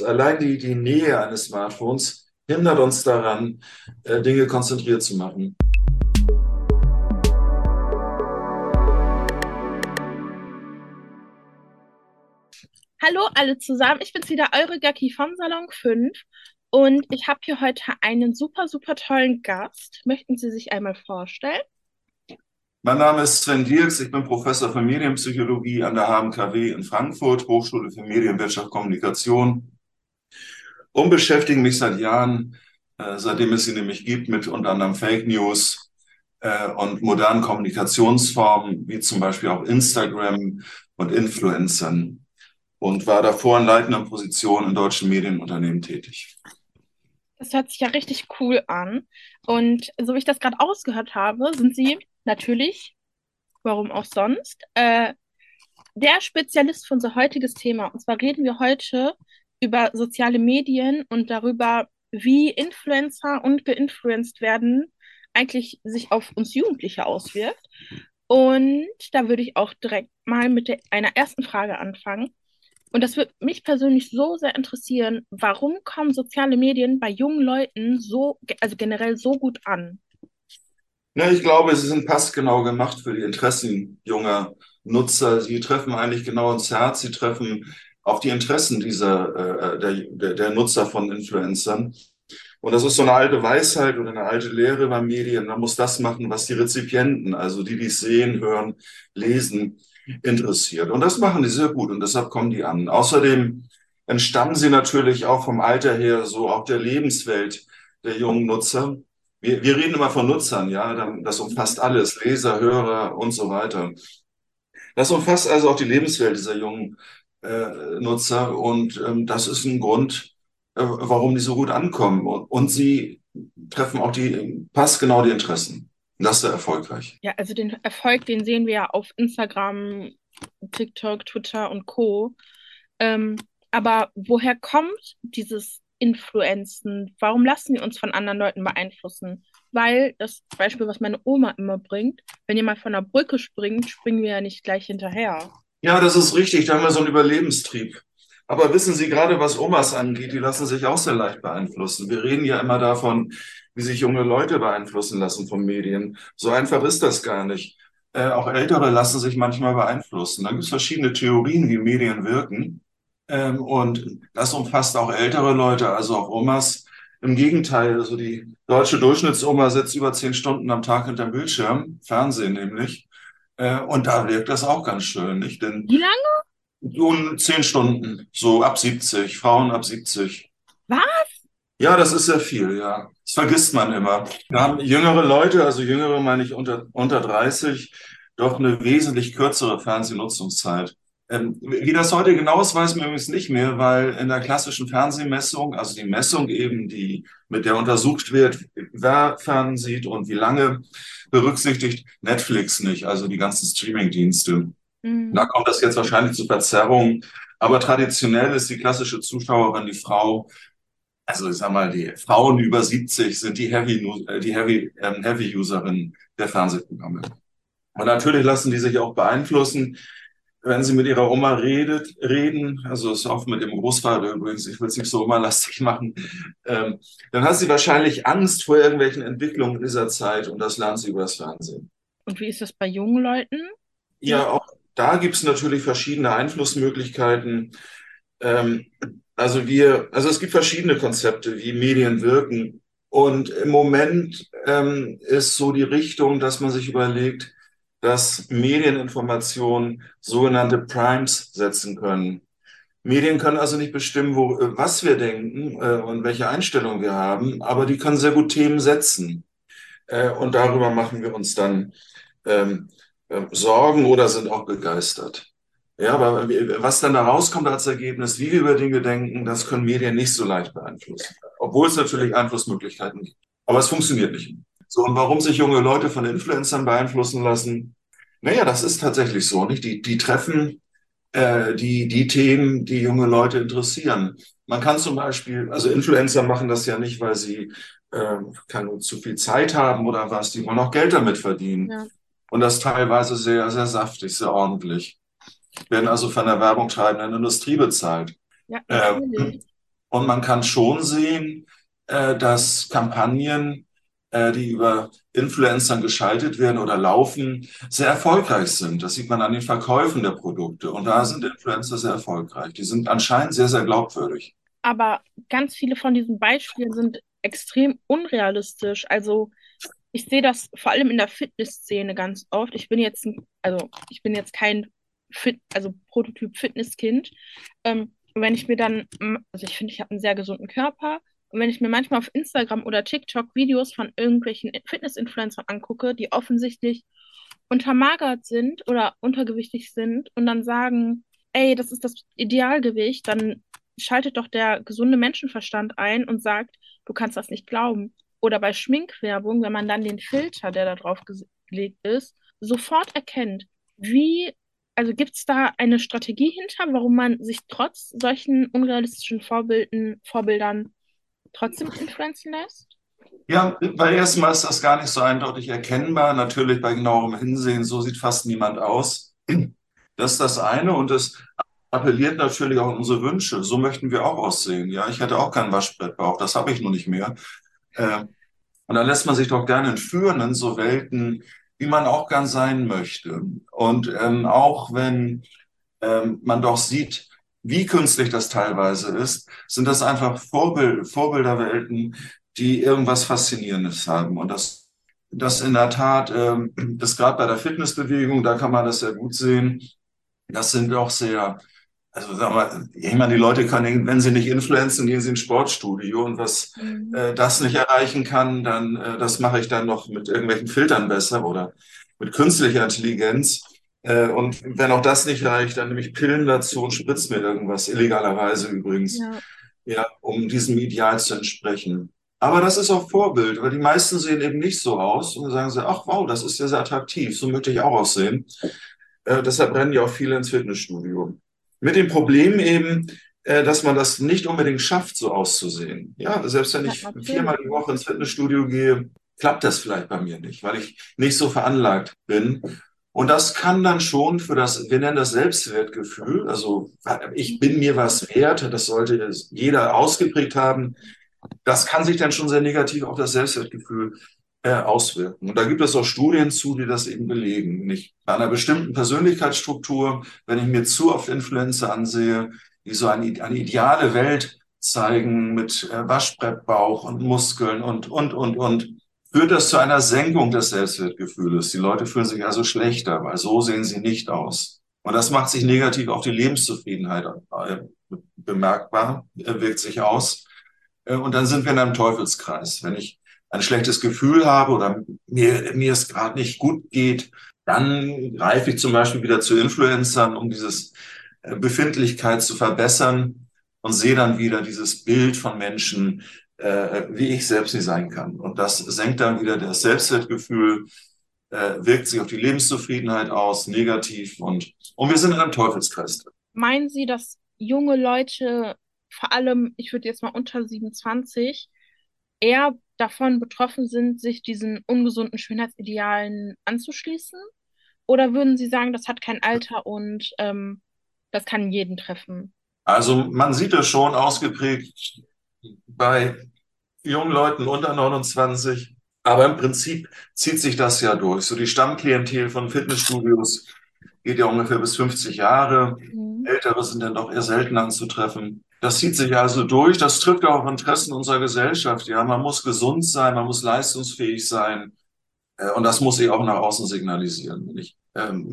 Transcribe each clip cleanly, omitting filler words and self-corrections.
Allein die Nähe eines Smartphones hindert uns daran, Dinge konzentriert zu machen. Hallo alle zusammen, ich bin's wieder, eure Gaki vom Salon 5 und ich habe hier heute einen super, super tollen Gast. Möchten Sie sich einmal vorstellen? Mein Name ist Sven Dirks, ich bin Professor für Medienpsychologie an der HMKW in Frankfurt, Hochschule für Medienwirtschaft Kommunikation, und beschäftige mich seit Jahren, seitdem es sie nämlich gibt, mit unter anderem Fake News und modernen Kommunikationsformen, wie zum Beispiel auch Instagram und Influencern, und war davor in leitender Position in deutschen Medienunternehmen tätig. Das hört sich ja richtig cool an. Und so wie ich das gerade ausgehört habe, sind Sie natürlich, warum auch sonst, der Spezialist für unser heutiges Thema. Und zwar reden wir heute über soziale Medien und darüber, wie Influencer und geinfluenced werden eigentlich sich auf uns Jugendliche auswirkt. Und da würde ich auch direkt mal mit einer ersten Frage anfangen. Und das würde mich persönlich so sehr interessieren, warum kommen soziale Medien bei jungen Leuten so, also generell so gut an? Ja, ich glaube, sie sind passgenau gemacht für die Interessen junger Nutzer. Sie treffen eigentlich genau ins Herz. Sie treffen auf die Interessen der Nutzer von Influencern. Und das ist so eine alte Weisheit oder eine alte Lehre bei Medien. Man muss das machen, was die Rezipienten, also die, die es sehen, hören, lesen, interessiert. Und das machen die sehr gut und deshalb kommen die an. Außerdem entstammen sie natürlich auch vom Alter her so auch der Lebenswelt der jungen Nutzer. Wir reden immer von Nutzern, ja, das umfasst alles, Leser, Hörer und so weiter. Das umfasst also auch die Lebenswelt dieser jungen Nutzer, und das ist ein Grund, warum die so gut ankommen. Und sie treffen auch passgenau die Interessen. Und das ist sehr erfolgreich. Ja, also den Erfolg, den sehen wir ja auf Instagram, TikTok, Twitter und Co. Ähm, aber woher kommt dieses Influenzen? Warum lassen wir uns von anderen Leuten beeinflussen? Weil das Beispiel, was meine Oma immer bringt, wenn jemand von der Brücke springt, springen wir ja nicht gleich hinterher. Ja, das ist richtig, da haben wir so einen Überlebenstrieb. Aber wissen Sie, gerade was Omas angeht, die lassen sich auch sehr leicht beeinflussen. Wir reden ja immer davon, wie sich junge Leute beeinflussen lassen von Medien. So einfach ist das gar nicht. Auch Ältere lassen sich manchmal beeinflussen. Da gibt es verschiedene Theorien, wie Medien wirken. Und das umfasst auch ältere Leute, also auch Omas. Im Gegenteil, also die deutsche Durchschnittsoma sitzt über 10 Stunden am Tag hinterm Bildschirm, Fernsehen nämlich. Und da wirkt das auch ganz schön, nicht? Denn Wie lange? nun 10 Stunden, so ab 70, Frauen ab 70. Was? Ja, das ist sehr viel, ja. Das vergisst man immer. Da haben jüngere Leute, also jüngere meine ich unter 30, doch eine wesentlich kürzere Fernsehnutzungszeit. Wie das heute genau ist, weiß man übrigens nicht mehr, weil in der klassischen Fernsehmessung, also die Messung eben, mit der untersucht wird, wer fernsieht und wie lange, berücksichtigt Netflix nicht, also die ganzen Streaming-Dienste. Da Mhm. kommt das jetzt wahrscheinlich zu Verzerrungen. Aber traditionell ist die klassische Zuschauerin die Frau. Also ich sag mal, die Frauen über 70 sind die Heavy-Userinnen der Fernsehprogramme. Und natürlich lassen die sich auch beeinflussen, wenn sie mit ihrer Oma reden, also ist oft mit dem Großvater übrigens, ich will es nicht so omalastig machen, dann hat sie wahrscheinlich Angst vor irgendwelchen Entwicklungen dieser Zeit, und das lernt sie über das Fernsehen. Und wie ist das bei jungen Leuten? Die, Ja, auch da gibt es natürlich verschiedene Einflussmöglichkeiten. Ähm, also es gibt verschiedene Konzepte, wie Medien wirken. Und im Moment ist so die Richtung, dass man sich überlegt, dass Medieninformationen sogenannte Primes setzen können. Medien können also nicht bestimmen, was wir denken und welche Einstellung wir haben, aber die können sehr gut Themen setzen. Und darüber machen wir uns dann ähm, Sorgen oder sind auch begeistert. Ja, aber was dann da rauskommt als Ergebnis, wie wir über Dinge denken, das können Medien nicht so leicht beeinflussen. Obwohl es natürlich Einflussmöglichkeiten gibt. Aber es funktioniert nicht. So, und warum sich junge Leute von Influencern beeinflussen lassen? Naja, das ist tatsächlich so, nicht? Die treffen die Themen, die junge Leute interessieren. Man kann zum Beispiel, also Influencer machen das ja nicht, weil sie keine zu viel Zeit haben oder was, die wollen auch Geld damit verdienen. ja, Und das teilweise sehr, sehr saftig, sehr ordentlich. Werden also von der werbung treibenden Industrie bezahlt. ja, Äh, natürlich. Und man kann schon sehen, dass Kampagnen, die über Influencern geschaltet werden oder laufen, sehr erfolgreich sind. Das sieht man an den Verkäufen der Produkte. Und da sind Mhm. Influencer sehr erfolgreich. Die sind anscheinend sehr, sehr glaubwürdig. Aber ganz viele von diesen Beispielen sind extrem unrealistisch. Also ich sehe das vor allem in der Fitnessszene ganz oft. Ich bin jetzt kein also Prototyp Fitnesskind. Und wenn ich mir dann, also ich finde, ich habe einen sehr gesunden Körper. Und wenn ich mir manchmal auf Instagram oder TikTok Videos von irgendwelchen Fitness-Influencern angucke, die offensichtlich untermagert sind oder untergewichtig sind und dann sagen, ey, das ist das Idealgewicht, dann schaltet doch der gesunde Menschenverstand ein und sagt, du kannst das nicht glauben. Oder bei Schminkwerbung, wenn man dann den Filter, der da drauf gelegt ist, sofort erkennt, wie, also gibt es da eine Strategie hinter, warum man sich trotz solchen unrealistischen Vorbildern trotzdem influenzen lässt? Ja, weil erstmal ist das gar nicht so eindeutig erkennbar. Natürlich bei genauerem Hinsehen, so sieht fast niemand aus. Das ist das eine und es appelliert natürlich auch an unsere Wünsche. So möchten wir auch aussehen. Ja, ich hätte auch keinen Waschbrettbauch, das habe ich nur nicht mehr. Äh, und dann lässt man sich doch gerne entführen in so Welten, wie man auch gern sein möchte. Und auch wenn man doch sieht, wie künstlich das teilweise ist, sind das einfach Vorbilderwelten, die irgendwas Faszinierendes haben. Und das in der Tat, das gerade bei der Fitnessbewegung, da kann man das sehr gut sehen. Das sind doch sehr, also sagen wir, ich meine, die Leute können, wenn sie nicht influenzen, gehen sie ins Sportstudio und was Mhm. das nicht erreichen kann, dann das mache ich dann noch mit irgendwelchen Filtern besser oder mit künstlicher Intelligenz. Und wenn auch das nicht reicht, dann nehme ich Pillen dazu und spritze mir irgendwas, illegalerweise übrigens, Ja, ja, um diesem Ideal zu entsprechen. Aber das ist auch Vorbild, weil die meisten sehen eben nicht so aus und dann sagen sie, ach wow, das ist ja sehr attraktiv, so möchte ich auch aussehen. Deshalb rennen ja auch viele ins Fitnessstudio. Mit dem Problem eben, dass man das nicht unbedingt schafft, so auszusehen. Ja, selbst wenn ja, ich viermal natürlich. die Woche ins Fitnessstudio gehe, klappt das vielleicht bei mir nicht, weil ich nicht so veranlagt bin. Und das kann dann schon für das, wir nennen das Selbstwertgefühl, also ich bin mir was wert, das sollte jeder ausgeprägt haben, das kann sich dann schon sehr negativ auf das Selbstwertgefühl auswirken. Und da gibt es auch Studien zu, die das eben belegen. Nicht bei einer bestimmten Persönlichkeitsstruktur, wenn ich mir zu oft Influencer ansehe, die so eine ideale Welt zeigen mit Waschbrettbauch und Muskeln und, führt das zu einer Senkung des Selbstwertgefühls. Die Leute fühlen sich also schlechter, weil so sehen sie nicht aus. Und das macht sich negativ auf die Lebenszufriedenheit bemerkbar, wirkt sich aus. Und dann sind wir in einem Teufelskreis. Wenn ich ein schlechtes Gefühl habe oder mir es gerade nicht gut geht, dann greife ich zum Beispiel wieder zu Influencern, um dieses Befindlichkeit zu verbessern und sehe dann wieder dieses Bild von Menschen, wie ich selbst nicht sein kann. Und das senkt dann wieder das Selbstwertgefühl, wirkt sich auf die Lebenszufriedenheit aus, negativ und wir sind in einem Teufelskreis. Meinen Sie, dass junge Leute, vor allem, ich würde jetzt mal unter 27, eher davon betroffen sind, sich diesen ungesunden Schönheitsidealen anzuschließen? Oder würden Sie sagen, das hat kein Alter und das kann jeden treffen? Also man sieht es schon ausgeprägt bei jungen Leuten unter 29. Aber im Prinzip zieht sich das ja durch. So die Stammklientel von Fitnessstudios geht ja ungefähr bis 50 Jahre. Mhm. Ältere sind dann doch eher selten anzutreffen. Das zieht sich also durch. Das trifft auch auf Interessen unserer Gesellschaft. Ja, man muss gesund sein, man muss leistungsfähig sein. Und das muss ich auch nach außen signalisieren. Wenn ich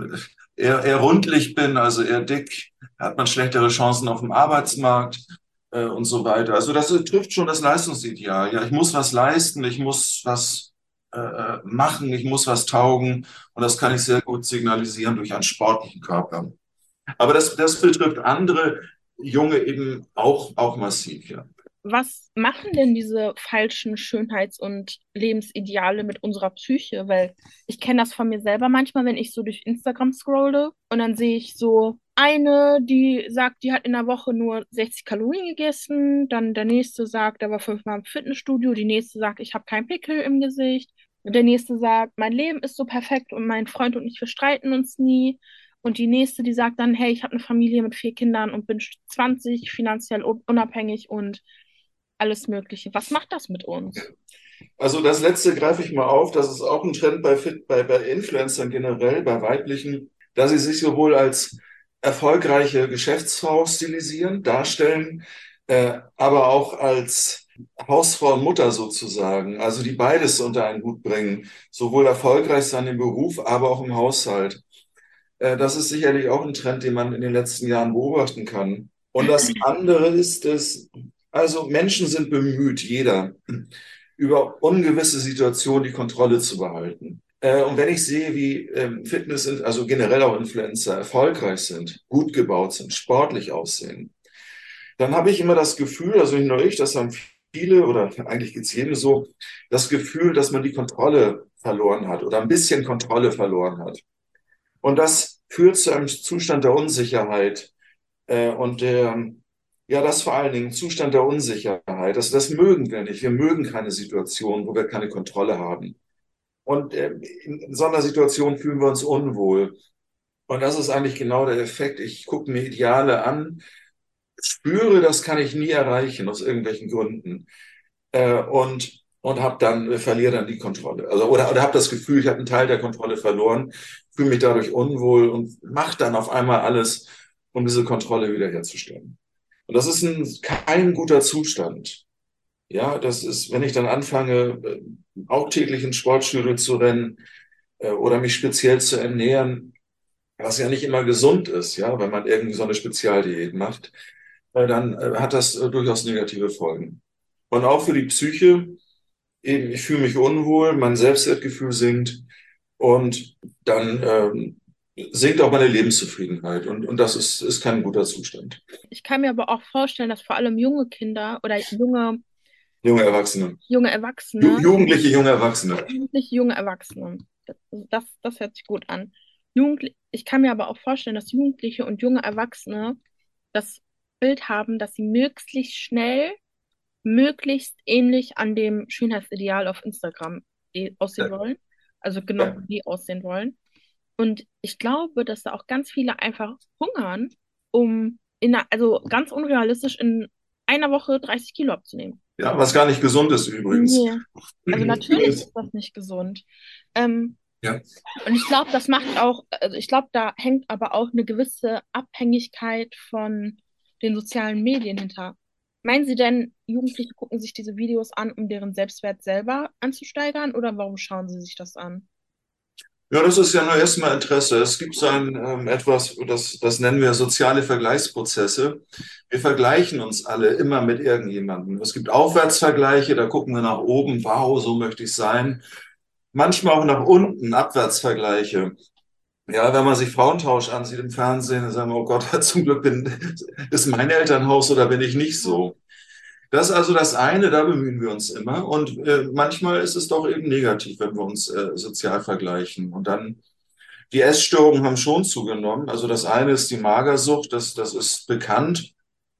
eher rundlich bin, also eher dick, hat man schlechtere Chancen auf dem Arbeitsmarkt und so weiter. Also das trifft schon das Leistungsideal. Ja, ich muss was leisten, ich muss was machen, ich muss was taugen. Und das kann ich sehr gut signalisieren durch einen sportlichen Körper. Aber das betrifft andere Junge eben auch massiv, ja. Was machen denn diese falschen Schönheits- und Lebensideale mit unserer Psyche? Weil ich kenne das von mir selber manchmal, wenn ich so durch Instagram scrolle und dann sehe ich so eine, die sagt, die hat in der Woche nur 60 Kalorien gegessen, dann der nächste sagt, er war 5-mal im Fitnessstudio, die nächste sagt, ich habe keinen Pickel im Gesicht, und der nächste sagt, mein Leben ist so perfekt und mein Freund und ich, wir streiten uns nie. Und die nächste, die sagt dann, hey, ich habe eine Familie mit 4 Kindern und bin 20, finanziell unabhängig und alles Mögliche. Was macht das mit uns? Also das letzte greife ich mal auf. Das ist auch ein Trend bei Influencern generell, bei weiblichen, dass sie sich sowohl als erfolgreiche Geschäftsfrau stilisieren, darstellen, aber auch als Hausfrau und Mutter sozusagen. Also die beides unter einen Hut bringen, sowohl erfolgreich sein im Beruf, aber auch im Haushalt. Das ist sicherlich auch ein Trend, den man in den letzten Jahren beobachten kann. Und das andere ist es, also Menschen sind bemüht, jeder, über ungewisse Situationen die Kontrolle zu behalten. Und wenn ich sehe, wie Fitness, also generell auch Influencer erfolgreich sind, gut gebaut sind, sportlich aussehen, dann habe ich immer das Gefühl, also nicht nur ich, das haben viele oder eigentlich geht es jedem so, das Gefühl, dass man die Kontrolle verloren hat oder ein bisschen Kontrolle verloren hat. Und das führt zu einem Zustand der Unsicherheit und ja, das vor allen Dingen Zustand der Unsicherheit. Das mögen wir nicht. Wir mögen keine Situation, wo wir keine Kontrolle haben. Und in so einer Situation fühlen wir uns unwohl. Und das ist eigentlich genau der Effekt. Ich gucke mir Ideale an, spüre, das kann ich nie erreichen aus irgendwelchen Gründen. Und habe dann verliere dann die Kontrolle. Also oder habe das Gefühl, ich habe einen Teil der Kontrolle verloren, fühle mich dadurch unwohl und mache dann auf einmal alles, um diese Kontrolle wiederherzustellen. Und das ist kein guter Zustand. Ja, das ist, wenn ich dann anfange, auch täglich ins Sportstudio zu rennen oder mich speziell zu ernähren, was ja nicht immer gesund ist, ja, wenn man irgendwie so eine Spezialdiät macht, dann hat das durchaus negative Folgen. Und auch für die Psyche, eben, ich fühle mich unwohl, mein Selbstwertgefühl sinkt und dann sinkt auch meine Lebenszufriedenheit. Und das ist kein guter Zustand. Ich kann mir aber auch vorstellen, dass vor allem junge Kinder oder Junge Erwachsene. junge Erwachsene, Jugendliche, junge Erwachsene. jugendliche junge Erwachsene, das hört sich gut an. Ich kann mir aber auch vorstellen, dass Jugendliche und junge Erwachsene das Bild haben, dass sie möglichst schnell, möglichst ähnlich an dem Schönheitsideal auf Instagram aussehen Ja, wollen. Also genau ja. wie die aussehen wollen. Und ich glaube, dass da auch ganz viele einfach hungern, um also ganz unrealistisch in einer Woche 30 Kilo abzunehmen. Ja, was gar nicht gesund ist übrigens. Nee. Also natürlich ist das nicht gesund. Ähm, Ja. und ich glaube, das macht auch, also ich glaube, da hängt aber auch eine gewisse Abhängigkeit von den sozialen Medien hinter. Meinen Sie denn, Jugendliche gucken sich diese Videos an, um deren Selbstwert selber anzusteigern, oder warum schauen sie sich das an? Ja, das ist ja nur erstmal Interesse. Es gibt so etwas, das nennen wir soziale Vergleichsprozesse. Wir vergleichen uns alle immer mit irgendjemandem. Es gibt Aufwärtsvergleiche, da gucken wir nach oben, wow, so möchte ich sein. Manchmal auch nach unten, Abwärtsvergleiche. Ja, wenn man sich Frauentausch ansieht im Fernsehen, dann sagen wir, oh Gott, zum Glück ist mein Elternhaus oder bin ich nicht Ja. so. Das ist also das eine, da bemühen wir uns immer. Und manchmal ist es doch eben negativ, wenn wir uns sozial vergleichen. Und dann, die Essstörungen haben schon zugenommen. Also das eine ist die Magersucht, das ist bekannt.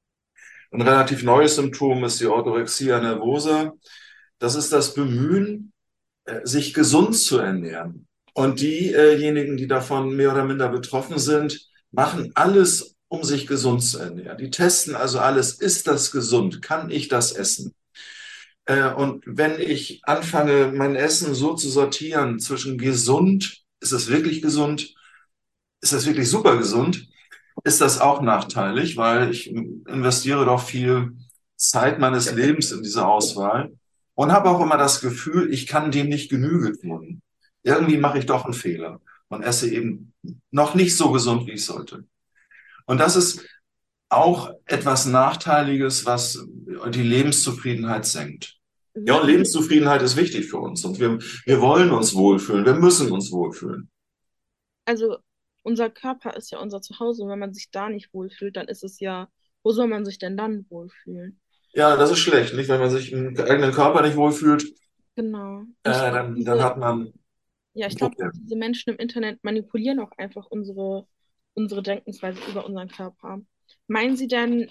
Ein relativ neues Symptom ist die Orthorexia nervosa. Das ist das Bemühen, sich gesund zu ernähren. Und diejenigen, die davon mehr oder minder betroffen sind, machen alles, um sich gesund zu ernähren. Die testen also alles, ist das gesund? Kann ich das essen? Und wenn ich anfange, mein Essen so zu sortieren zwischen gesund, ist es wirklich gesund, ist es wirklich super gesund, ist das auch nachteilig, weil ich investiere doch viel Zeit meines Lebens in diese Auswahl und habe auch immer das Gefühl, ich kann dem nicht Genüge tun. Irgendwie mache ich doch einen Fehler und esse eben noch nicht so gesund, wie ich sollte. Und das ist auch etwas Nachteiliges, was die Lebenszufriedenheit senkt. Ja, und Würden, Lebenszufriedenheit ist wichtig für uns und wir wollen uns wohlfühlen, wir müssen uns wohlfühlen. also unser Körper ist ja unser Zuhause und wenn man sich da nicht wohlfühlt, dann ist es ja, wo soll man sich denn dann wohlfühlen? Ja, das ist schlecht, nicht? Wenn man sich im eigenen Körper nicht wohlfühlt, Genau. Und ich glaube, dann hat man ja, ich ein glaube, Problem. diese Menschen im Internet manipulieren auch einfach unsere Denkensweise über unseren Körper. Meinen Sie denn,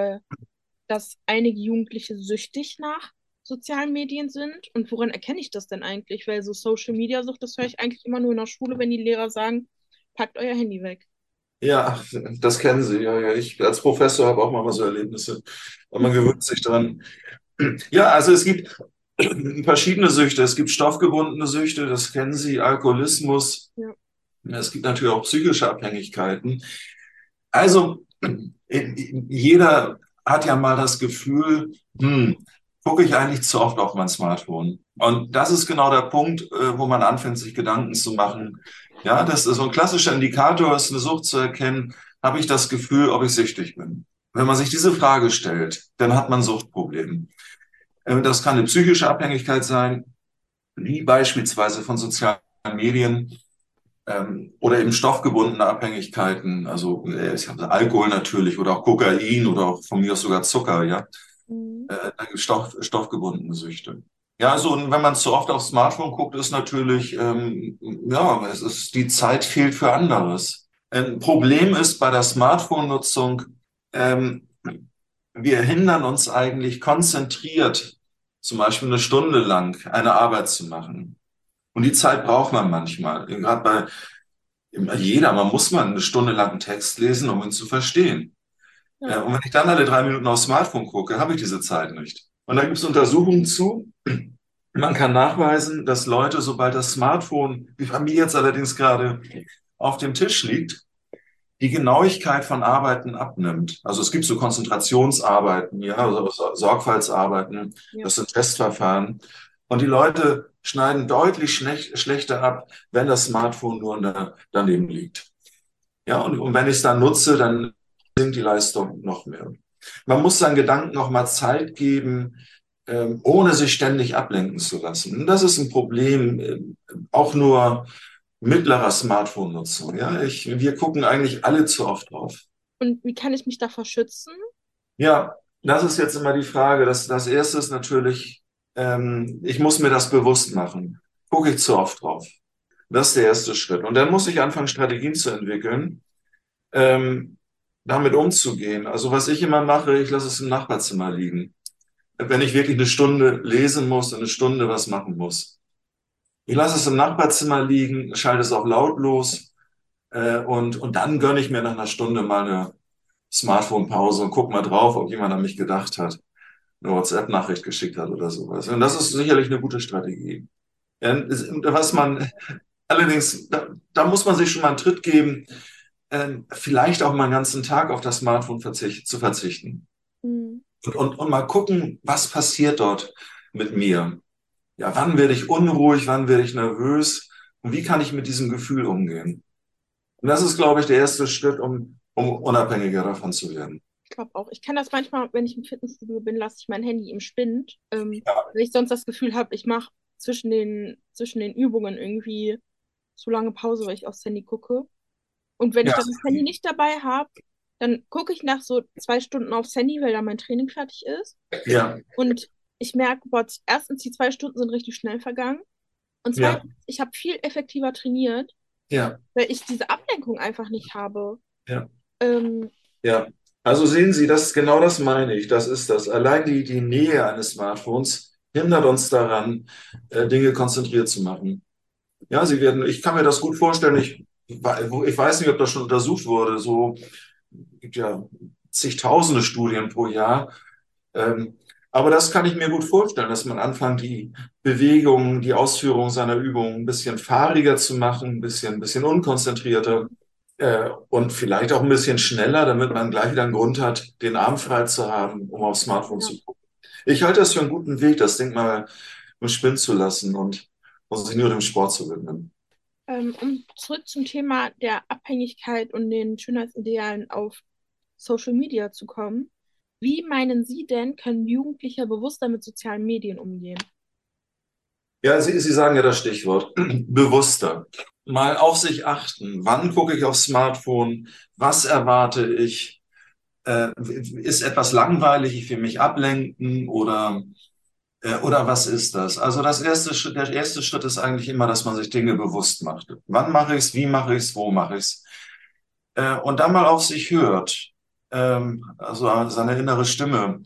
dass einige Jugendliche süchtig nach sozialen Medien sind? Und woran erkenne ich das denn eigentlich? Weil so Social Media Sucht, das höre ich eigentlich immer nur in der Schule, wenn die Lehrer sagen, packt euer Handy weg. Ja, ach, das kennen Sie. Ja, ja. Ich als Professor habe auch manchmal so Erlebnisse. Aber man gewöhnt sich dran. Ja, also es gibt verschiedene Süchte. Es gibt stoffgebundene Süchte, das kennen Sie, Alkoholismus. Ja. Es gibt natürlich auch psychische Abhängigkeiten. Also jeder hat ja mal das Gefühl, gucke ich eigentlich zu oft auf mein Smartphone? Und das ist genau der Punkt, wo man anfängt, sich Gedanken zu machen. Ja, das ist so ein klassischer Indikator, ist eine Sucht zu erkennen, habe ich das Gefühl, ob ich süchtig bin? Wenn man sich diese Frage stellt, dann hat man ein Suchtproblem. Das kann eine psychische Abhängigkeit sein, wie beispielsweise von sozialen Medien, oder eben stoffgebundene Abhängigkeiten, also ich habe Alkohol natürlich oder auch Kokain oder auch von mir aus sogar Zucker, ja. Mhm. Dann gibt es stoffgebundene Süchte. Ja, also und wenn man zu oft aufs Smartphone guckt, ist natürlich, ja, es ist, die Zeit fehlt für anderes. Ein Problem ist bei der Smartphone-Nutzung, ähm, wir hindern uns eigentlich konzentriert, zum Beispiel eine Stunde lang eine Arbeit zu machen. Und die Zeit braucht man manchmal. Gerade man muss mal eine Stunde lang einen Text lesen, um ihn zu verstehen. Ja. Und wenn ich dann alle 3 Minuten aufs Smartphone gucke, habe ich diese Zeit nicht. Und da gibt es Untersuchungen zu. Man kann nachweisen, dass Leute, sobald das Smartphone, wie bei mir jetzt allerdings gerade auf dem Tisch liegt, die Genauigkeit von Arbeiten abnimmt. Also es gibt so Konzentrationsarbeiten, ja, also Sorgfaltsarbeiten, Ja. das sind Testverfahren. Und die Leute schneiden deutlich schlechter ab, wenn das Smartphone nur daneben liegt. Ja, und wenn ich es dann nutze, dann sinkt die Leistung noch mehr. Man muss seinen Gedanken noch mal Zeit geben, ohne sich ständig ablenken zu lassen. Und das ist ein Problem, auch nur mittlerer Smartphone-Nutzung. Ja, wir gucken eigentlich alle zu oft drauf. Und wie kann ich mich davor schützen? Ja, das ist jetzt immer die Frage. Das Erste ist natürlich, ich muss mir das bewusst machen. Gucke ich zu oft drauf? Das ist der erste Schritt. Und dann muss ich anfangen, Strategien zu entwickeln, ähm, damit umzugehen. Also was ich immer mache, ich lasse es im Nachbarzimmer liegen. Wenn ich wirklich eine Stunde lesen muss und eine Stunde was machen muss. Ich lasse es im Nachbarzimmer liegen, schalte es auf lautlos, und dann gönne ich mir nach einer Stunde mal eine Smartphone-Pause und guck mal drauf, ob jemand an mich gedacht hat, eine WhatsApp-Nachricht geschickt hat oder sowas. Und das ist sicherlich eine gute Strategie. Ja, was man allerdings, da muss man sich schon mal einen Tritt geben, vielleicht auch mal einen ganzen Tag auf das Smartphone zu verzichten. Mhm. Und mal gucken, was passiert dort mit mir. Ja, wann werde ich unruhig, wann werde ich nervös und wie kann ich mit diesem Gefühl umgehen? Und das ist, glaube ich, der erste Schritt, um unabhängiger davon zu werden. Ich glaube auch. Ich kann das manchmal, wenn ich im Fitnessstudio bin, lasse ich mein Handy im Spind, Ja, weil ich sonst das Gefühl habe, ich mache zwischen den Übungen irgendwie zu lange Pause, weil ich aufs Handy gucke. Und wenn ich ja, dann das Handy nicht dabei habe, dann gucke ich nach so 2 Stunden aufs Handy, weil dann mein Training fertig ist. ja, Und ich merke, boah, erstens, die 2 Stunden sind richtig schnell vergangen. Und ja, zweitens, ich habe viel effektiver trainiert, ja, weil ich diese Ablenkung einfach nicht habe. ja, Ähm, ja. Also sehen Sie, das genau das meine ich. Das ist das. Allein die Nähe eines Smartphones hindert uns daran, Dinge konzentriert zu machen. Ja, ich kann mir das gut vorstellen. Ich weiß nicht, ob das schon untersucht wurde. So gibt ja zigtausende Studien pro Jahr. Ähm, aber das kann ich mir gut vorstellen, dass man anfängt, die Bewegungen, die Ausführung seiner Übungen ein bisschen fahriger zu machen, ein bisschen unkonzentrierter, und vielleicht auch ein bisschen schneller, damit man gleich wieder einen Grund hat, den Arm frei zu haben, um aufs Smartphone ja. zu gucken. Ich halte das für einen guten Weg, das Ding mal im Spinn zu lassen und sich nur dem Sport zu widmen. Um zurück zum Thema der Abhängigkeit und den Schönheitsidealen auf Social Media zu kommen. Wie meinen Sie denn, können Jugendliche bewusster mit sozialen Medien umgehen? Ja, Sie sagen ja das Stichwort, bewusster. Mal auf sich achten. Wann gucke ich aufs Smartphone? Was erwarte ich? Ist etwas langweilig? Ich will mich ablenken oder was ist das? Also der erste Schritt ist eigentlich immer, dass man sich Dinge bewusst macht. Wann mache ich es? Wie mache ich es? Wo mache ich es? Und dann mal auf sich hört. Also an seine innere Stimme.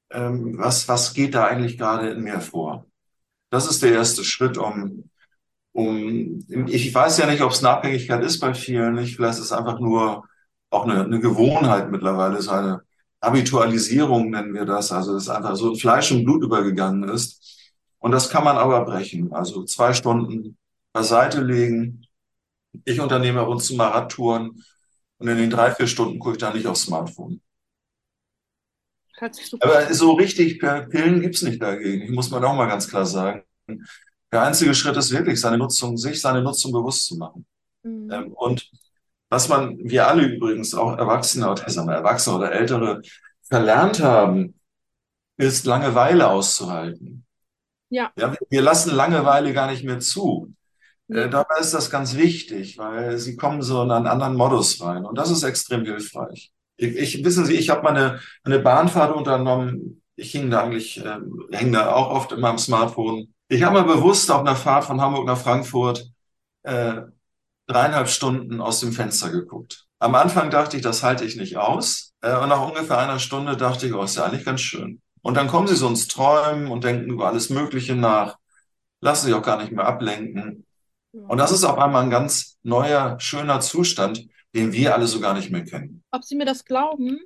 Was geht da eigentlich gerade in mir vor? Das ist der erste Schritt, Ich weiß ja nicht, ob es eine Abhängigkeit ist bei vielen nicht. Vielleicht ist es einfach nur auch eine Gewohnheit mittlerweile, so eine Habitualisierung nennen wir das. Also, dass es einfach so in Fleisch und Blut übergegangen ist. Und das kann man aber brechen. Also 2 Stunden beiseite legen. Ich unternehme ab und zu mal Radtouren und in den 3, 4 Stunden gucke ich da nicht aufs Smartphone. Hört sich super Aber an. so richtig Pillen gibt's nicht dagegen. Ich muss mal auch mal ganz klar sagen. Der einzige Schritt ist wirklich, seine Nutzung bewusst zu machen. Mhm. Und was wir alle übrigens, auch Erwachsene oder sagen wir Erwachsene oder Ältere, verlernt haben, ist Langeweile auszuhalten. Ja, Ja, wir lassen Langeweile gar nicht mehr zu. nee. Dabei ist das ganz wichtig, weil sie kommen so in einen anderen Modus rein. Und das ist extrem hilfreich. Wissen Sie, ich habe mal eine Bahnfahrt unternommen. Hänge da auch oft in meinem Smartphone. Ich habe mal bewusst auf einer Fahrt von Hamburg nach Frankfurt äh, 3,5 Stunden aus dem Fenster geguckt. Am Anfang dachte ich, das halte ich nicht aus. Und nach ungefähr einer Stunde dachte ich, oh, ist ja eigentlich ganz schön. Und dann kommen Sie so ins Träumen und denken über alles Mögliche nach, lassen sich auch gar nicht mehr ablenken. Und Ja. das ist auf einmal ein ganz neuer, schöner Zustand, den wir alle so gar nicht mehr kennen. Ob Sie mir das glauben,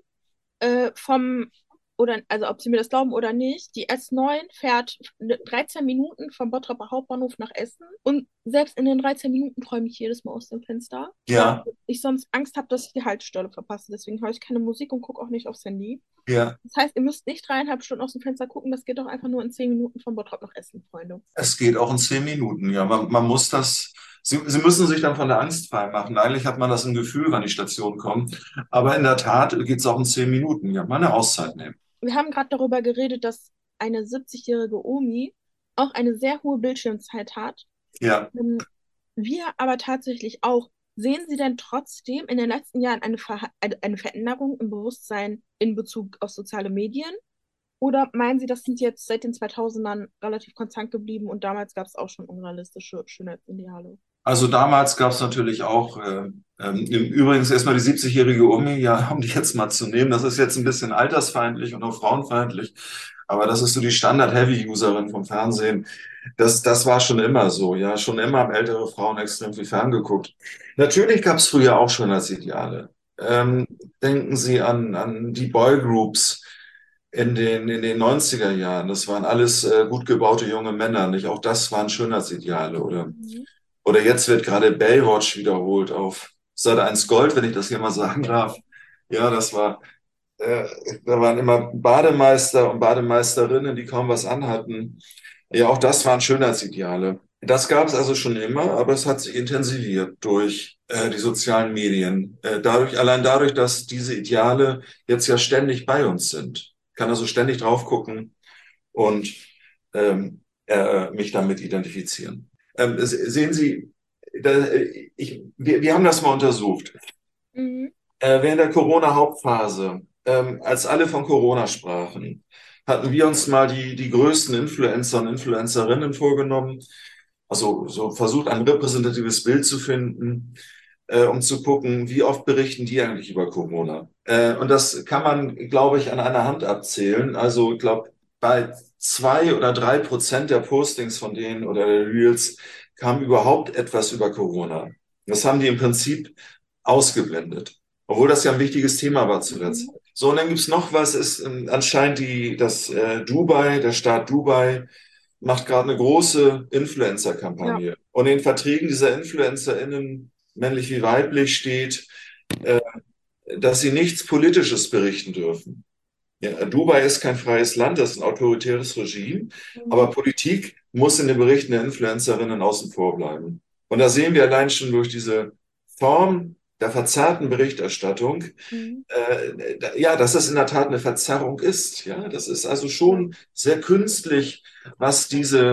also ob Sie mir das glauben oder nicht, die S9 fährt 13 Minuten vom Bottroper Hauptbahnhof nach Essen und selbst in den 13 Minuten träume ich jedes Mal aus dem Fenster, weil Ja, ich sonst Angst habe, dass ich die Haltestelle verpasse. Deswegen höre ich keine Musik und gucke auch nicht aufs Handy. ja. Das heißt, ihr müsst nicht 3,5 Stunden aus dem Fenster gucken, das geht doch einfach nur in 10 Minuten von Bottrop nach Essen, Freunde. Es geht auch in 10 Minuten. Ja, man muss das. Sie müssen sich dann von der Angst frei machen. Eigentlich hat man das im Gefühl, wann die Station kommt. Aber in der Tat geht es auch in 10 Minuten. Ja, mal eine Auszeit nehmen. Wir haben gerade darüber geredet, dass eine 70-jährige Omi auch eine sehr hohe Bildschirmzeit hat. Ja. Wir aber tatsächlich auch. Sehen Sie denn trotzdem in den letzten Jahren eine Veränderung im Bewusstsein in Bezug auf soziale Medien? Oder meinen Sie, das sind jetzt seit den 2000ern relativ konstant geblieben und damals gab es auch schon unrealistische Schönheitsideale? Also damals gab es natürlich auch, übrigens erstmal die 70-jährige Omi, ja, um die jetzt mal zu nehmen, das ist jetzt ein bisschen altersfeindlich und auch frauenfeindlich, aber das ist so die Standard-Heavy-Userin vom Fernsehen. Das war schon immer so, ja, schon immer haben ältere Frauen extrem viel ferngeguckt. Natürlich gab es früher auch Schönheitsideale. Denken Sie an die Boygroups in den 90er Jahren. Das waren alles gut gebaute junge Männer, nicht? Auch das waren Schönheitsideale, oder? Mhm. Oder jetzt wird gerade Baywatch wiederholt auf Sat.1 Gold, wenn ich das hier mal sagen darf. Ja, äh, da waren immer Bademeister und Bademeisterinnen, die kaum was anhatten. Ja, auch das waren Schönheitsideale. Das gab es also schon immer, aber es hat sich intensiviert durch die sozialen Medien. Allein dadurch, dass diese Ideale jetzt ja ständig bei uns sind. Ich kann also ständig drauf gucken und mich damit identifizieren. Sehen Sie, wir haben das mal untersucht. Mhm. Während der Corona-Hauptphase, als alle von Corona sprachen, hatten wir uns mal die größten Influencer und Influencerinnen vorgenommen. Also so versucht, ein repräsentatives Bild zu finden, um zu gucken, wie oft berichten die eigentlich über Corona. Und das kann man, glaube ich, an einer Hand abzählen. Also ich glaube, bei 2 oder 3% der Postings von denen oder der Reels kam überhaupt etwas über Corona. Das haben die im Prinzip ausgeblendet. Obwohl das ja ein wichtiges Thema war zu der Mhm. Zeit. So, und dann gibt's noch was, ist anscheinend der Staat Dubai macht gerade eine große Ja, Influencer-Kampagne. Und in den Verträgen dieser InfluencerInnen, männlich wie weiblich, steht, äh, dass sie nichts Politisches berichten dürfen. Ja, Dubai ist kein freies Land, das ist ein autoritäres Regime, mhm. aber Politik muss in den Berichten der Influencerinnen außen vor bleiben. Und da sehen wir allein schon durch diese Form der verzerrten Berichterstattung, Mhm. ja, dass es in der Tat eine Verzerrung ist. Ja, das ist also Ja. schon sehr künstlich, was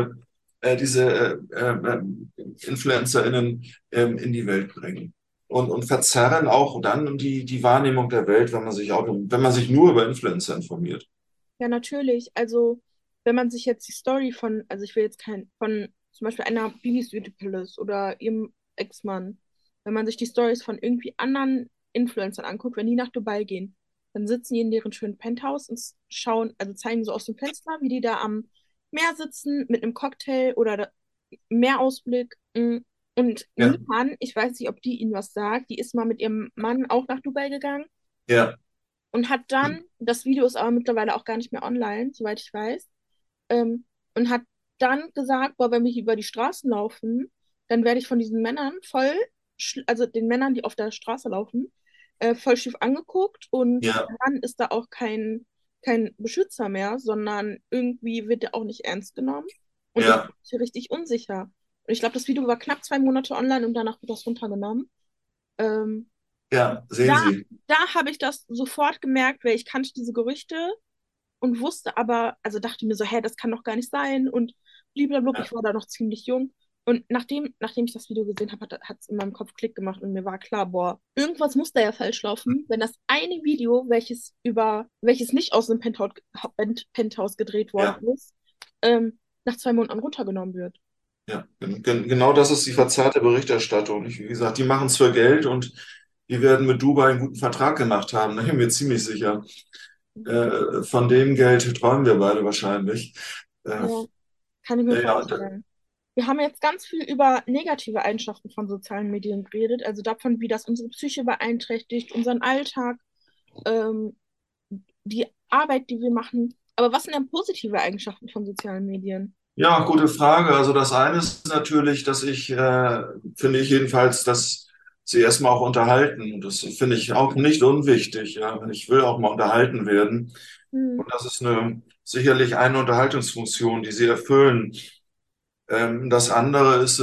diese InfluencerInnen in die Welt bringen. Und verzerren auch dann die Wahrnehmung der Welt, wenn man sich nur über Influencer informiert. Ja, natürlich. Also, wenn man sich jetzt die Story also ich will jetzt von zum Beispiel einer Bibis Beauty Palace oder ihrem Ex-Mann, wenn man sich die Stories von irgendwie anderen Influencern anguckt, wenn die nach Dubai gehen, dann sitzen die in deren schönen Penthouse und schauen, also zeigen so aus dem Fenster, wie die da am Meer sitzen mit einem Cocktail oder Meerausblick. Mm. Und Ja, Nihan, ich weiß nicht, ob die Ihnen was sagt, die ist mal mit ihrem Mann auch nach Dubai gegangen ja, und hat dann, das Video ist aber mittlerweile auch gar nicht mehr online, soweit ich weiß, und hat dann gesagt, boah, wenn wir hier über die Straßen laufen, dann werde ich von diesen Männern also den Männern, die auf der Straße laufen, voll schief angeguckt und ja, dann ist da auch kein Beschützer mehr, sondern irgendwie wird der auch nicht ernst genommen und ich bin ja, hier richtig unsicher. Und ich glaube, das Video war knapp 2 Monate online und danach wird das runtergenommen. Ähm, ja, sehen da Sie. da habe ich das sofort gemerkt, weil ich kannte diese Gerüchte und wusste aber, also dachte mir so, hä, das kann doch gar nicht sein und blablabla, Ja, ich war da noch ziemlich jung. Und nachdem ich das Video gesehen habe, hat es in meinem Kopf Klick gemacht und mir war klar, boah, irgendwas muss da ja falsch laufen, wenn das eine Video, welches nicht aus einem Penthouse gedreht worden ja, ist, nach 2 Monaten runtergenommen wird. ja. Genau das ist die verzerrte Berichterstattung. Wie gesagt, die machen es für Geld und die werden mit Dubai einen guten Vertrag gemacht haben, da bin ich mir ziemlich sicher. Von dem Geld träumen wir beide wahrscheinlich. Äh, Ja, kann ich mir ja, vorstellen. Wir haben jetzt ganz viel über negative Eigenschaften von sozialen Medien geredet, also davon, wie das unsere Psyche beeinträchtigt, unseren Alltag, ähm, die Arbeit, die wir machen. Aber was sind denn positive Eigenschaften von sozialen Medien? ja, gute Frage. Also das eine ist natürlich, finde ich jedenfalls, dass sie erstmal auch unterhalten. Und das finde ich auch nicht unwichtig. Ja, ich will auch mal unterhalten werden. Hm, Und das ist sicherlich eine Unterhaltungsfunktion, die sie erfüllen. Das andere ist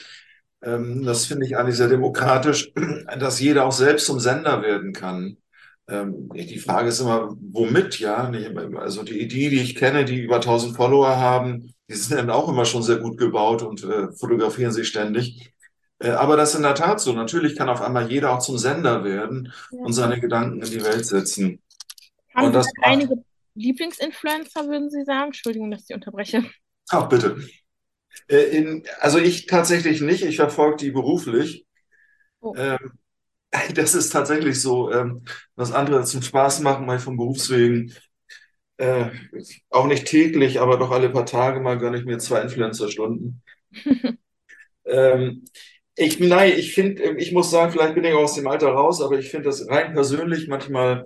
das finde ich eigentlich sehr demokratisch, dass jeder auch selbst zum Sender werden kann. Die Frage ist immer, womit, ja? Also die Idee, die ich kenne, die über 1000 Follower haben, die sind dann auch immer schon sehr gut gebaut und fotografieren sich ständig. Aber das ist in der Tat so. Natürlich kann auf einmal jeder auch zum Sender werden ja. und seine Gedanken in die Welt setzen. Haben Und Sie das denn macht, einige Lieblingsinfluencer, würden Sie sagen? Entschuldigung, dass ich unterbreche. ach bitte. Also ich tatsächlich nicht, ich verfolge die beruflich. Oh. Ähm, Das ist tatsächlich so. Was andere zum Spaß machen, mal vom Berufswegen. Äh, Auch nicht täglich, aber doch alle paar Tage mal gönne ich mir 2 Influencer-Stunden. Ähm, nein, ich muss sagen, vielleicht bin ich auch aus dem Alter raus, aber ich finde das rein persönlich manchmal,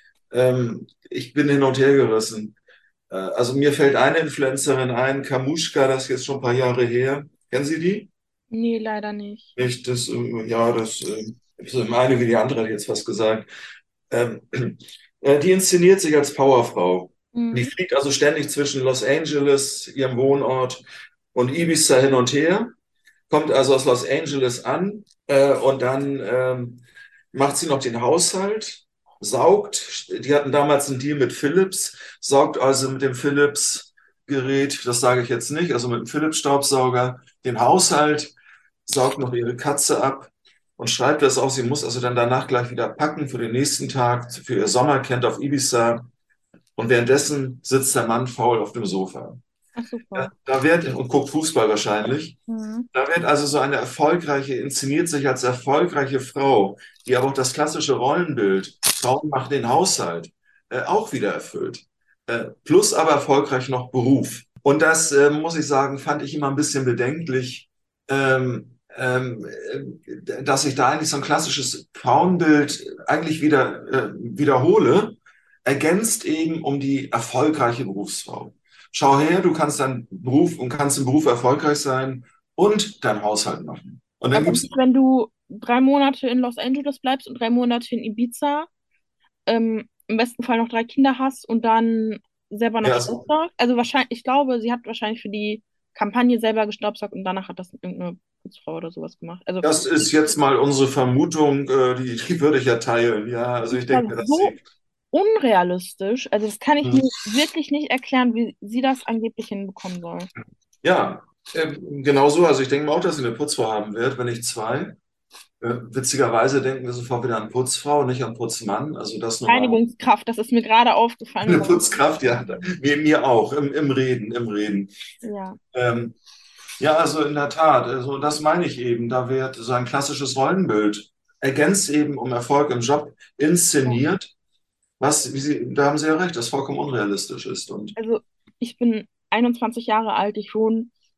ich bin hin und her gerissen. Also mir fällt eine Influencerin ein, Kamuschka, das ist jetzt schon ein paar Jahre her. Kennen Sie die? Nee, leider nicht. Nicht, ja, so eine wie die andere, hätte ich jetzt fast gesagt. Ähm, Die inszeniert sich als Powerfrau. Die Mhm. fliegt also ständig zwischen Los Angeles, ihrem Wohnort, und Ibiza hin und her, kommt also aus Los Angeles an und dann macht sie noch den Haushalt, saugt. Die hatten damals einen Deal mit Philips, saugt also mit dem Philips-Gerät, das sage ich jetzt nicht, also mit dem Philips-Staubsauger, den Haushalt, saugt noch ihre Katze ab und schreibt das auch. Sie muss also dann danach gleich wieder packen für den nächsten Tag, für ihr Sommercamp auf Ibiza. Und währenddessen sitzt der Mann faul auf dem Sofa. Ach, super. Und guckt Fußball wahrscheinlich. Mhm. Da wird also so eine inszeniert sich als erfolgreiche Frau, die aber auch das klassische Rollenbild, Frauen machen den Haushalt, auch wieder erfüllt. Plus aber erfolgreich noch Beruf. Und das, muss ich sagen, fand ich immer ein bisschen bedenklich, dass ich da eigentlich so ein klassisches Frauenbild eigentlich wiederhole, ergänzt eben um die erfolgreiche Berufsfrau. Schau her, du kannst kannst im Beruf erfolgreich sein und dein Haushalt machen. Und dann Aber gibt's, nicht, wenn du 3 Monate in Los Angeles bleibst und 3 Monate in Ibiza, im besten Fall noch 3 Kinder hast und dann selber noch ja, also, staubsaugst. Also wahrscheinlich, ich glaube, sie hat wahrscheinlich für die Kampagne selber gestaubsaugt und danach hat das irgendeine Putzfrau oder sowas gemacht. Also das ist jetzt mal unsere Vermutung, die würde ich ja teilen. Ja, also ich das denke, ist dass so sie, unrealistisch. Also das kann ich hm, mir wirklich nicht erklären, wie sie das angeblich hinbekommen soll. ja, genau so. Also ich denke mal auch, dass sie eine Putzfrau haben wird, wenn nicht zwei. Witzigerweise denken wir sofort wieder an Putzfrau, nicht an Putzmann. Also das nur mal Reinigungskraft, das ist mir gerade aufgefallen. eine Aber Putzkraft, ja, mir auch, im Reden, im Reden. ja. Ähm, Ja, also in der Tat, also das meine ich eben. Da wird so ein klassisches Rollenbild ergänzt eben um Erfolg im Job inszeniert, da haben Sie ja recht, das vollkommen unrealistisch ist. Und Also ich bin 21 Jahre alt, ich wohne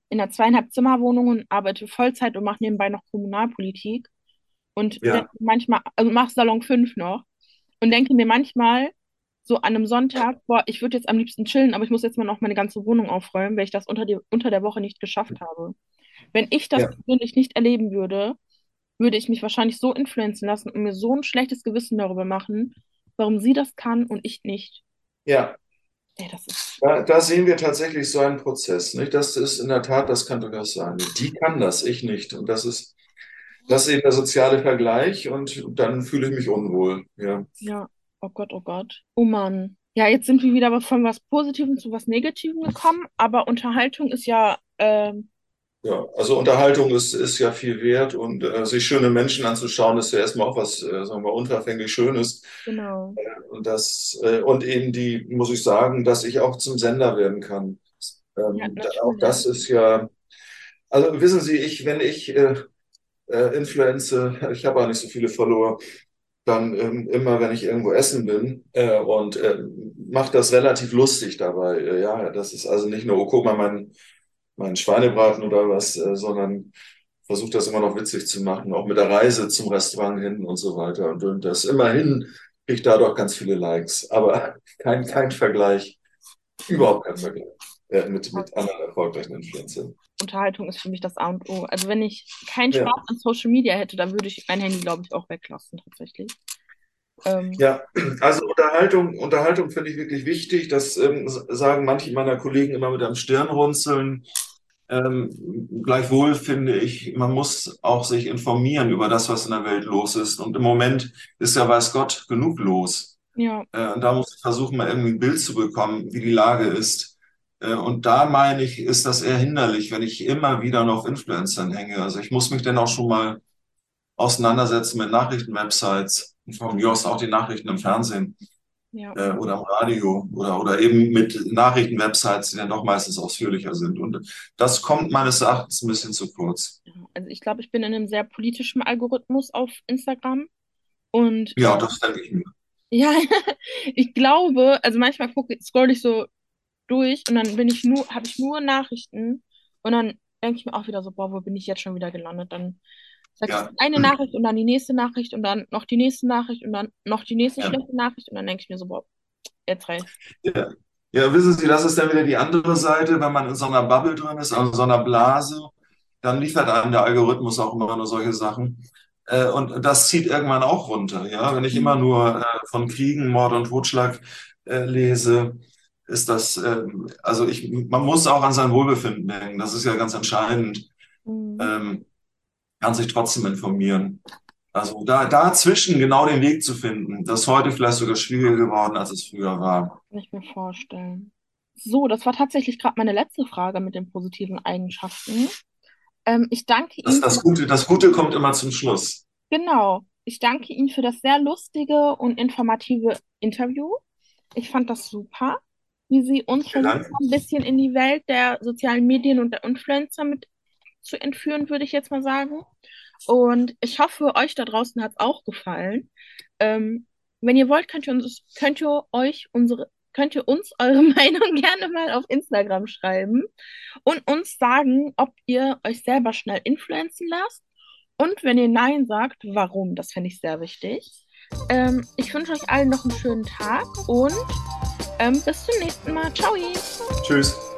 in einer 2,5 Zimmer-Wohnung und arbeite Vollzeit und mache nebenbei noch Kommunalpolitik und denke Ja, manchmal, also mache Salon 5 noch und denke mir manchmal so an einem Sonntag, boah, ich würde jetzt am liebsten chillen, aber ich muss jetzt mal noch meine ganze Wohnung aufräumen, weil ich das unter der Woche nicht geschafft habe. Wenn ich das ja, persönlich nicht erleben würde, würde ich mich wahrscheinlich so influenzen lassen und mir so ein schlechtes Gewissen darüber machen, warum sie das kann und ich nicht. ja. Ey, das ist, Da sehen wir tatsächlich so einen Prozess, nicht? Das ist in der Tat, das kann durchaus sein. Die kann das, ich nicht. Und das ist eben der soziale Vergleich und dann fühle ich mich unwohl. Ja. ja, oh Gott, oh Gott. Oh Mann. Ja, jetzt sind wir wieder von was Positivem zu was Negativem gekommen, aber Unterhaltung ist ja, Ja, also Unterhaltung ist ja viel wert und sich schöne Menschen anzuschauen, ist ja erstmal auch was, sagen wir, unverfänglich Schönes. genau. Und eben muss ich sagen, dass ich auch zum Sender werden kann. Ja, Auch natürlich. das ist ja, also wissen Sie, wenn ich influenze, ich habe auch nicht so viele Follower, dann immer, wenn ich irgendwo essen bin und mache das relativ lustig dabei. Ja, das ist also nicht nur, oh, guck mal, mein Schweinebraten oder was, sondern versuche das immer noch witzig zu machen, auch mit der Reise zum Restaurant hin und so weiter. Und das immerhin kriege ich dadurch ganz viele Likes, aber kein Vergleich, überhaupt kein Vergleich mit anderen erfolgreichen Influencern. Unterhaltung ist für mich das A und O. Also wenn ich keinen Ja. Spaß an Social Media hätte, dann würde ich mein Handy, glaube ich, auch weglassen, tatsächlich. Ähm, Ja, also Unterhaltung finde ich wirklich wichtig. Das sagen manche meiner Kollegen immer mit einem Stirnrunzeln. Gleichwohl finde ich, man muss auch sich informieren über das, was in der Welt los ist. Und im Moment ist ja, weiß Gott, genug los. ja, Und da muss ich versuchen, mal irgendwie ein Bild zu bekommen, wie die Lage ist. Und da meine ich, ist das eher hinderlich, wenn ich immer wieder noch auf Influencern hänge. Also ich muss mich dann auch schon mal auseinandersetzen mit Nachrichtenwebsites und von mir aus auch die Nachrichten im Fernsehen ja. oder am Radio oder eben mit Nachrichtenwebsites, die dann doch meistens ausführlicher sind. Und das kommt meines Erachtens ein bisschen zu kurz. Ja. Also ich glaube, ich bin in einem sehr politischen Algorithmus auf Instagram. Und Ja, das denke ich mir. ja, ich glaube, also manchmal scroll ich so durch und dann habe ich nur Nachrichten und dann denke ich mir auch wieder so, boah, wo bin ich jetzt schon wieder gelandet? Dann sagst du Ja, eine Nachricht und dann die nächste Nachricht und dann noch die nächste Nachricht und dann noch die nächste ja. schlechte Nachricht und dann denke ich mir so, boah, jetzt reicht's. Ja. Ja, wissen Sie, das ist dann wieder die andere Seite, wenn man in so einer Bubble drin ist, also in so einer Blase, dann liefert einem der Algorithmus auch immer nur solche Sachen. Und das zieht irgendwann auch runter. Ja, wenn ich immer Mhm. nur von Kriegen, Mord und Totschlag lese, ist man muss auch an sein Wohlbefinden denken. Das ist ja ganz entscheidend. Mhm. Ähm, kann sich trotzdem informieren. Also dazwischen genau den Weg zu finden, das ist heute vielleicht sogar schwieriger geworden, als es früher war. Kann ich mir vorstellen. So, das war tatsächlich gerade meine letzte Frage mit den positiven Eigenschaften. Ich danke Ihnen für Das Gute kommt immer zum Schluss. Genau. Ich danke Ihnen für das sehr lustige und informative Interview. Ich fand das super, wie Sie uns Vielen versucht Dank. haben, ein bisschen in die Welt der sozialen Medien und der Influencer mit zu entführen, würde ich jetzt mal sagen. Und ich hoffe, euch da draußen hat es auch gefallen. Ähm, wenn ihr wollt, könnt ihr uns eure Meinung gerne mal auf Instagram schreiben und uns sagen, ob ihr euch selber schnell influenzen lasst und wenn ihr Nein sagt, warum? Das finde ich sehr wichtig. Ich wünsche euch allen noch einen schönen Tag und bis zum nächsten Mal. Ciao! Tschüss.